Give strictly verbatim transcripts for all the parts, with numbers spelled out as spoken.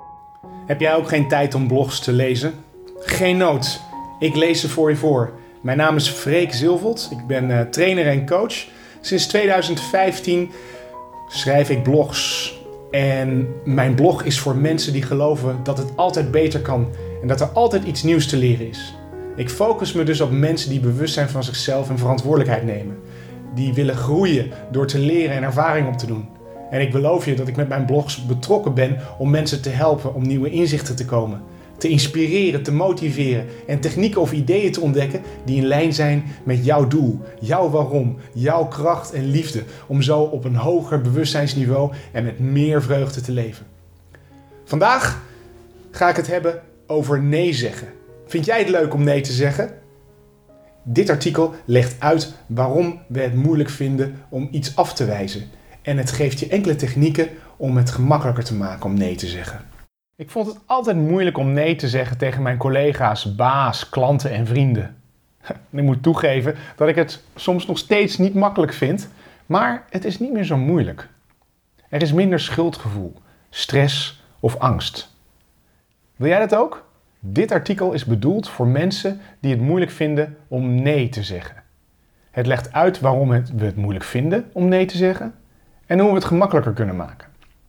Heb jij ook geen tijd om blogs te lezen? Geen nood, ik lees ze voor je voor. Mijn naam is Freek Zilvold, ik ben uh, trainer en coach. Sinds tweeduizend vijftien schrijf ik blogs. En mijn blog is voor mensen die geloven dat het altijd beter kan en dat er altijd iets nieuws te leren is. Ik focus me dus op mensen die bewust zijn van zichzelf en verantwoordelijkheid nemen. Die willen groeien door te leren en ervaring op te doen. En ik beloof je dat ik met mijn blogs betrokken ben om mensen te helpen om nieuwe inzichten te komen. Te inspireren, te motiveren en technieken of ideeën te ontdekken die in lijn zijn met jouw doel, jouw waarom, jouw kracht en liefde. Om zo op een hoger bewustzijnsniveau en met meer vreugde te leven. Vandaag ga ik het hebben over nee zeggen. Vind jij het leuk om nee te zeggen? Dit artikel legt uit waarom we het moeilijk vinden om iets af te wijzen. En het geeft je enkele technieken om het gemakkelijker te maken om nee te zeggen. Ik vond het altijd moeilijk om nee te zeggen tegen mijn collega's, baas, klanten en vrienden. Ik moet toegeven dat ik het soms nog steeds niet makkelijk vind, maar het is niet meer zo moeilijk. Er is minder schuldgevoel, stress of angst. Wil jij dat ook? Dit artikel is bedoeld voor mensen die het moeilijk vinden om nee te zeggen. Het legt uit waarom we het moeilijk vinden om nee te zeggen en hoe we het gemakkelijker kunnen maken.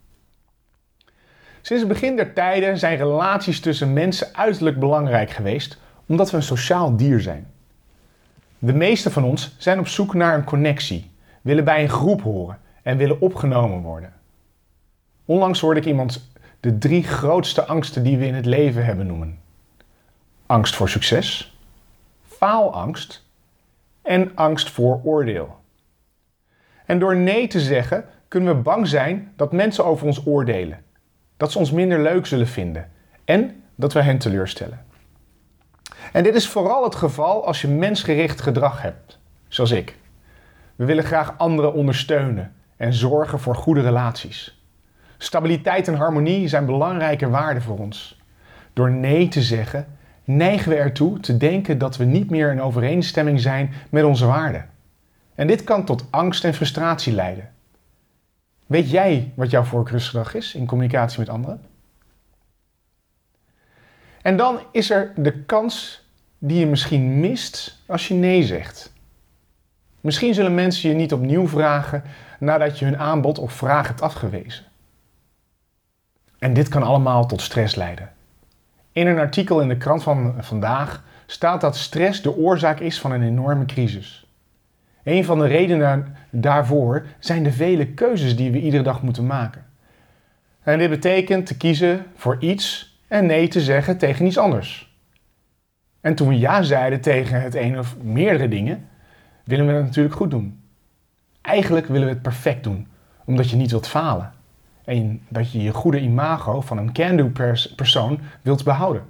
Sinds het begin der tijden zijn relaties tussen mensen uiterlijk belangrijk geweest, omdat we een sociaal dier zijn. De meeste van ons zijn op zoek naar een connectie, willen bij een groep horen en willen opgenomen worden. Onlangs hoorde ik iemand de drie grootste angsten die we in het leven hebben noemen. Angst voor succes, faalangst en angst voor oordeel. En door nee te zeggen kunnen we bang zijn dat mensen over ons oordelen. Dat ze ons minder leuk zullen vinden en dat we hen teleurstellen. En dit is vooral het geval als je mensgericht gedrag hebt, zoals ik. We willen graag anderen ondersteunen en zorgen voor goede relaties. Stabiliteit en harmonie zijn belangrijke waarden voor ons. Door nee te zeggen neigen we ertoe te denken dat we niet meer in overeenstemming zijn met onze waarden. En dit kan tot angst en frustratie leiden. Weet jij wat jouw voorkeursgedrag is in communicatie met anderen? En dan is er de kans die je misschien mist als je nee zegt. Misschien zullen mensen je niet opnieuw vragen nadat je hun aanbod of vraag hebt afgewezen. En dit kan allemaal tot stress leiden. In een artikel in de krant van vandaag staat dat stress de oorzaak is van een enorme crisis. Een van de redenen daarvoor zijn de vele keuzes die we iedere dag moeten maken. En dit betekent te kiezen voor iets en nee te zeggen tegen iets anders. En toen we ja zeiden tegen het een of meerdere dingen, willen we het natuurlijk goed doen. Eigenlijk willen we het perfect doen, omdat je niet wilt falen. En dat je je goede imago van een can-do persoon wilt behouden.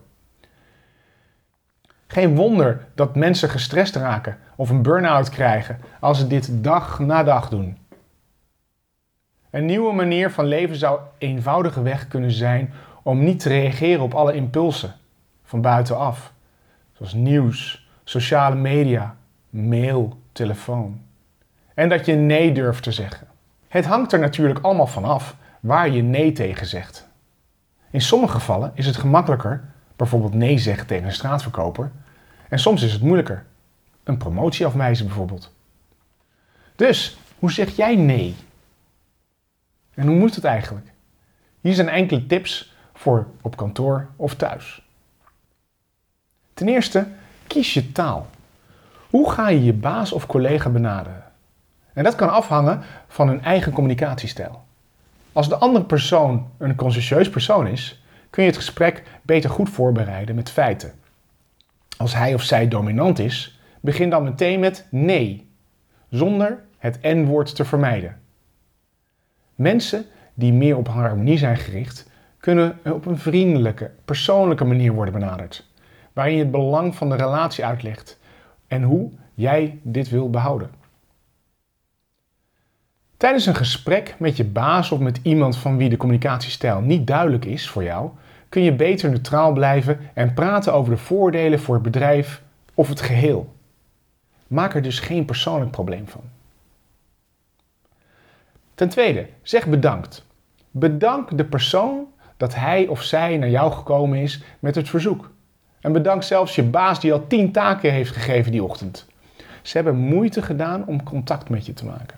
Geen wonder dat mensen gestrest raken of een burn-out krijgen als ze dit dag na dag doen. Een nieuwe manier van leven zou eenvoudigweg kunnen zijn om niet te reageren op alle impulsen van buitenaf. Zoals nieuws, sociale media, mail, telefoon. En dat je nee durft te zeggen. Het hangt er natuurlijk allemaal van af waar je nee tegen zegt. In sommige gevallen is het gemakkelijker, bijvoorbeeld nee zeggen tegen een straatverkoper. En soms is het moeilijker. Een promotie afwijzen bijvoorbeeld. Dus, hoe zeg jij nee? En hoe moet het eigenlijk? Hier zijn enkele tips voor op kantoor of thuis. Ten eerste, kies je taal. Hoe ga je je baas of collega benaderen? En dat kan afhangen van hun eigen communicatiestijl. Als de andere persoon een consciëntieus persoon is, kun je het gesprek beter goed voorbereiden met feiten. Als hij of zij dominant is, begin dan meteen met nee, zonder het en-woord te vermijden. Mensen die meer op harmonie zijn gericht, kunnen op een vriendelijke, persoonlijke manier worden benaderd, waarin je het belang van de relatie uitlegt en hoe jij dit wil behouden. Tijdens een gesprek met je baas of met iemand van wie de communicatiestijl niet duidelijk is voor jou, kun je beter neutraal blijven en praten over de voordelen voor het bedrijf of het geheel. Maak er dus geen persoonlijk probleem van. Ten tweede, zeg bedankt. Bedank de persoon dat hij of zij naar jou gekomen is met het verzoek. En bedank zelfs je baas die al tien taken heeft gegeven die ochtend. Ze hebben moeite gedaan om contact met je te maken.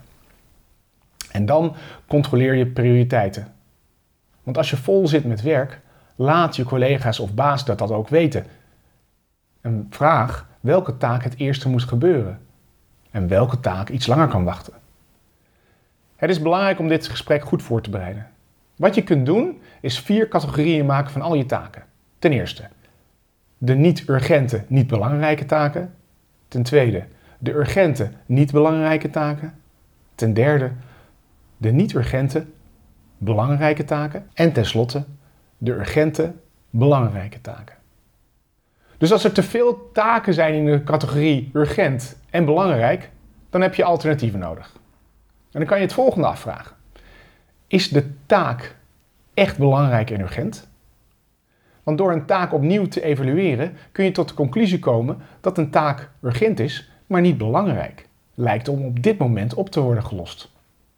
En dan controleer je prioriteiten. Want als je vol zit met werk, laat je collega's of baas dat, dat ook weten. En vraag welke taak het eerste moet gebeuren. En welke taak iets langer kan wachten. Het is belangrijk om dit gesprek goed voor te bereiden. Wat je kunt doen, is vier categorieën maken van al je taken. Ten eerste, de niet-urgente, niet-belangrijke taken. Ten tweede, de urgente, niet-belangrijke taken. Ten derde, de niet-urgente, belangrijke taken. En tenslotte, de urgente, belangrijke taken. Dus als er te veel taken zijn in de categorie urgent en belangrijk, dan heb je alternatieven nodig. En dan kan je het volgende afvragen. Is de taak echt belangrijk en urgent? Want door een taak opnieuw te evalueren kun je tot de conclusie komen dat een taak urgent is, maar niet belangrijk. Lijkt om op dit moment op te worden gelost.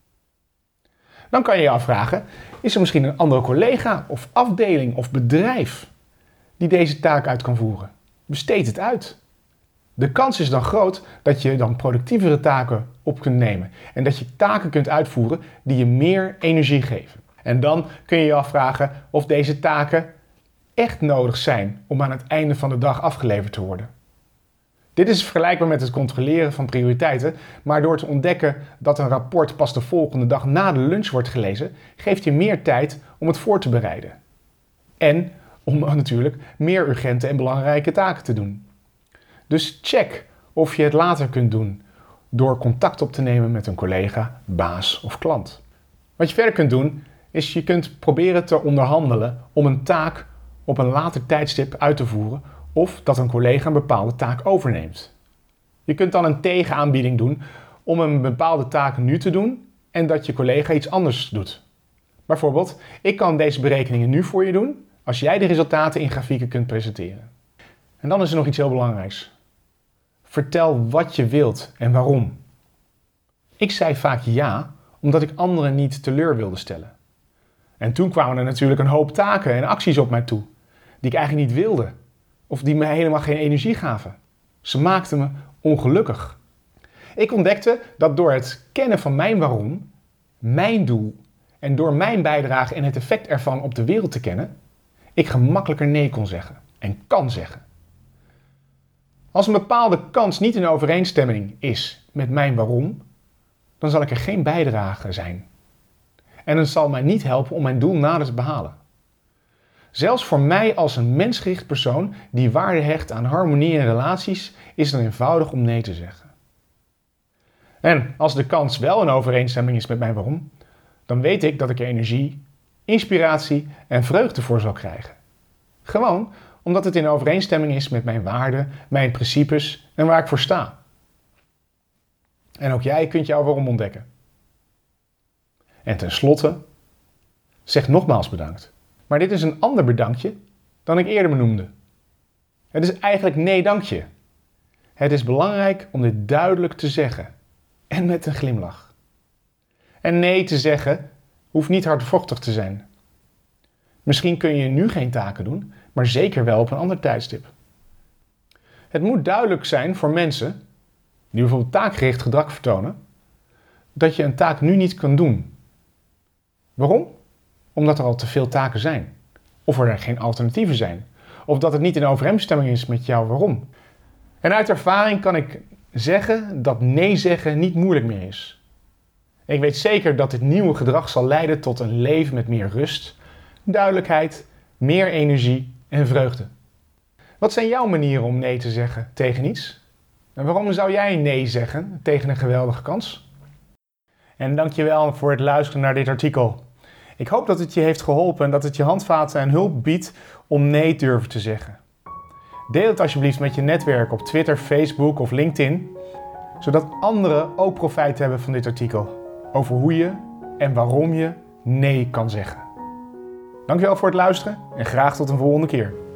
Dan kan je je afvragen, is er misschien een andere collega of afdeling of bedrijf die deze taak uit kan voeren? Besteed het uit. De kans is dan groot dat je dan productievere taken op kunt nemen en dat je taken kunt uitvoeren die je meer energie geven. En dan kun je je afvragen of deze taken echt nodig zijn om aan het einde van de dag afgeleverd te worden. Dit is vergelijkbaar met het controleren van prioriteiten, maar door te ontdekken dat een rapport pas de volgende dag na de lunch wordt gelezen, geeft je meer tijd om het voor te bereiden. En om natuurlijk meer urgente en belangrijke taken te doen. Dus check of je het later kunt doen door contact op te nemen met een collega, baas of klant. Wat je verder kunt doen, is je kunt proberen te onderhandelen om een taak op een later tijdstip uit te voeren of dat een collega een bepaalde taak overneemt. Je kunt dan een tegenaanbieding doen om een bepaalde taak nu te doen en dat je collega iets anders doet. Bijvoorbeeld, ik kan deze berekeningen nu voor je doen als jij de resultaten in grafieken kunt presenteren. En dan is er nog iets heel belangrijks. Vertel wat je wilt en waarom. Ik zei vaak ja, omdat ik anderen niet teleur wilde stellen. En toen kwamen er natuurlijk een hoop taken en acties op mij toe, die ik eigenlijk niet wilde, of die me helemaal geen energie gaven. Ze maakten me ongelukkig. Ik ontdekte dat door het kennen van mijn waarom, mijn doel en door mijn bijdrage en het effect ervan op de wereld te kennen, ik gemakkelijker nee kon zeggen en kan zeggen. Als een bepaalde kans niet in overeenstemming is met mijn waarom, dan zal ik er geen bijdrage zijn. En het zal mij niet helpen om mijn doel nader te behalen. Zelfs voor mij als een mensgericht persoon die waarde hecht aan harmonie en relaties, is het eenvoudig om nee te zeggen. En als de kans wel in overeenstemming is met mijn waarom, dan weet ik dat ik er energie, inspiratie en vreugde voor zal krijgen. Gewoon omdat het in overeenstemming is met mijn waarden, mijn principes en waar ik voor sta. En ook jij kunt jouw waarom ontdekken. En tenslotte, zeg nogmaals bedankt. Maar dit is een ander bedankje dan ik eerder benoemde. Het is eigenlijk nee dankje. Het is belangrijk om dit duidelijk te zeggen. En met een glimlach. En nee te zeggen hoeft niet hardvochtig te zijn. Misschien kun je nu geen taken doen, maar zeker wel op een ander tijdstip. Het moet duidelijk zijn voor mensen die bijvoorbeeld taakgericht gedrag vertonen, dat je een taak nu niet kan doen. Waarom? Omdat er al te veel taken zijn. Of er geen alternatieven zijn. Of dat het niet in overeenstemming is met jouw waarom. En uit ervaring kan ik zeggen dat nee zeggen niet moeilijk meer is. Ik weet zeker dat dit nieuwe gedrag zal leiden tot een leven met meer rust, duidelijkheid, meer energie en vreugde. Wat zijn jouw manieren om nee te zeggen tegen iets? En waarom zou jij nee zeggen tegen een geweldige kans? En dankjewel voor het luisteren naar dit artikel. Ik hoop dat het je heeft geholpen en dat het je handvaten en hulp biedt om nee durven te zeggen. Deel het alsjeblieft met je netwerk op Twitter, Facebook of LinkedIn, zodat anderen ook profijt hebben van dit artikel over hoe je en waarom je nee kan zeggen. Dankjewel voor het luisteren en graag tot een volgende keer.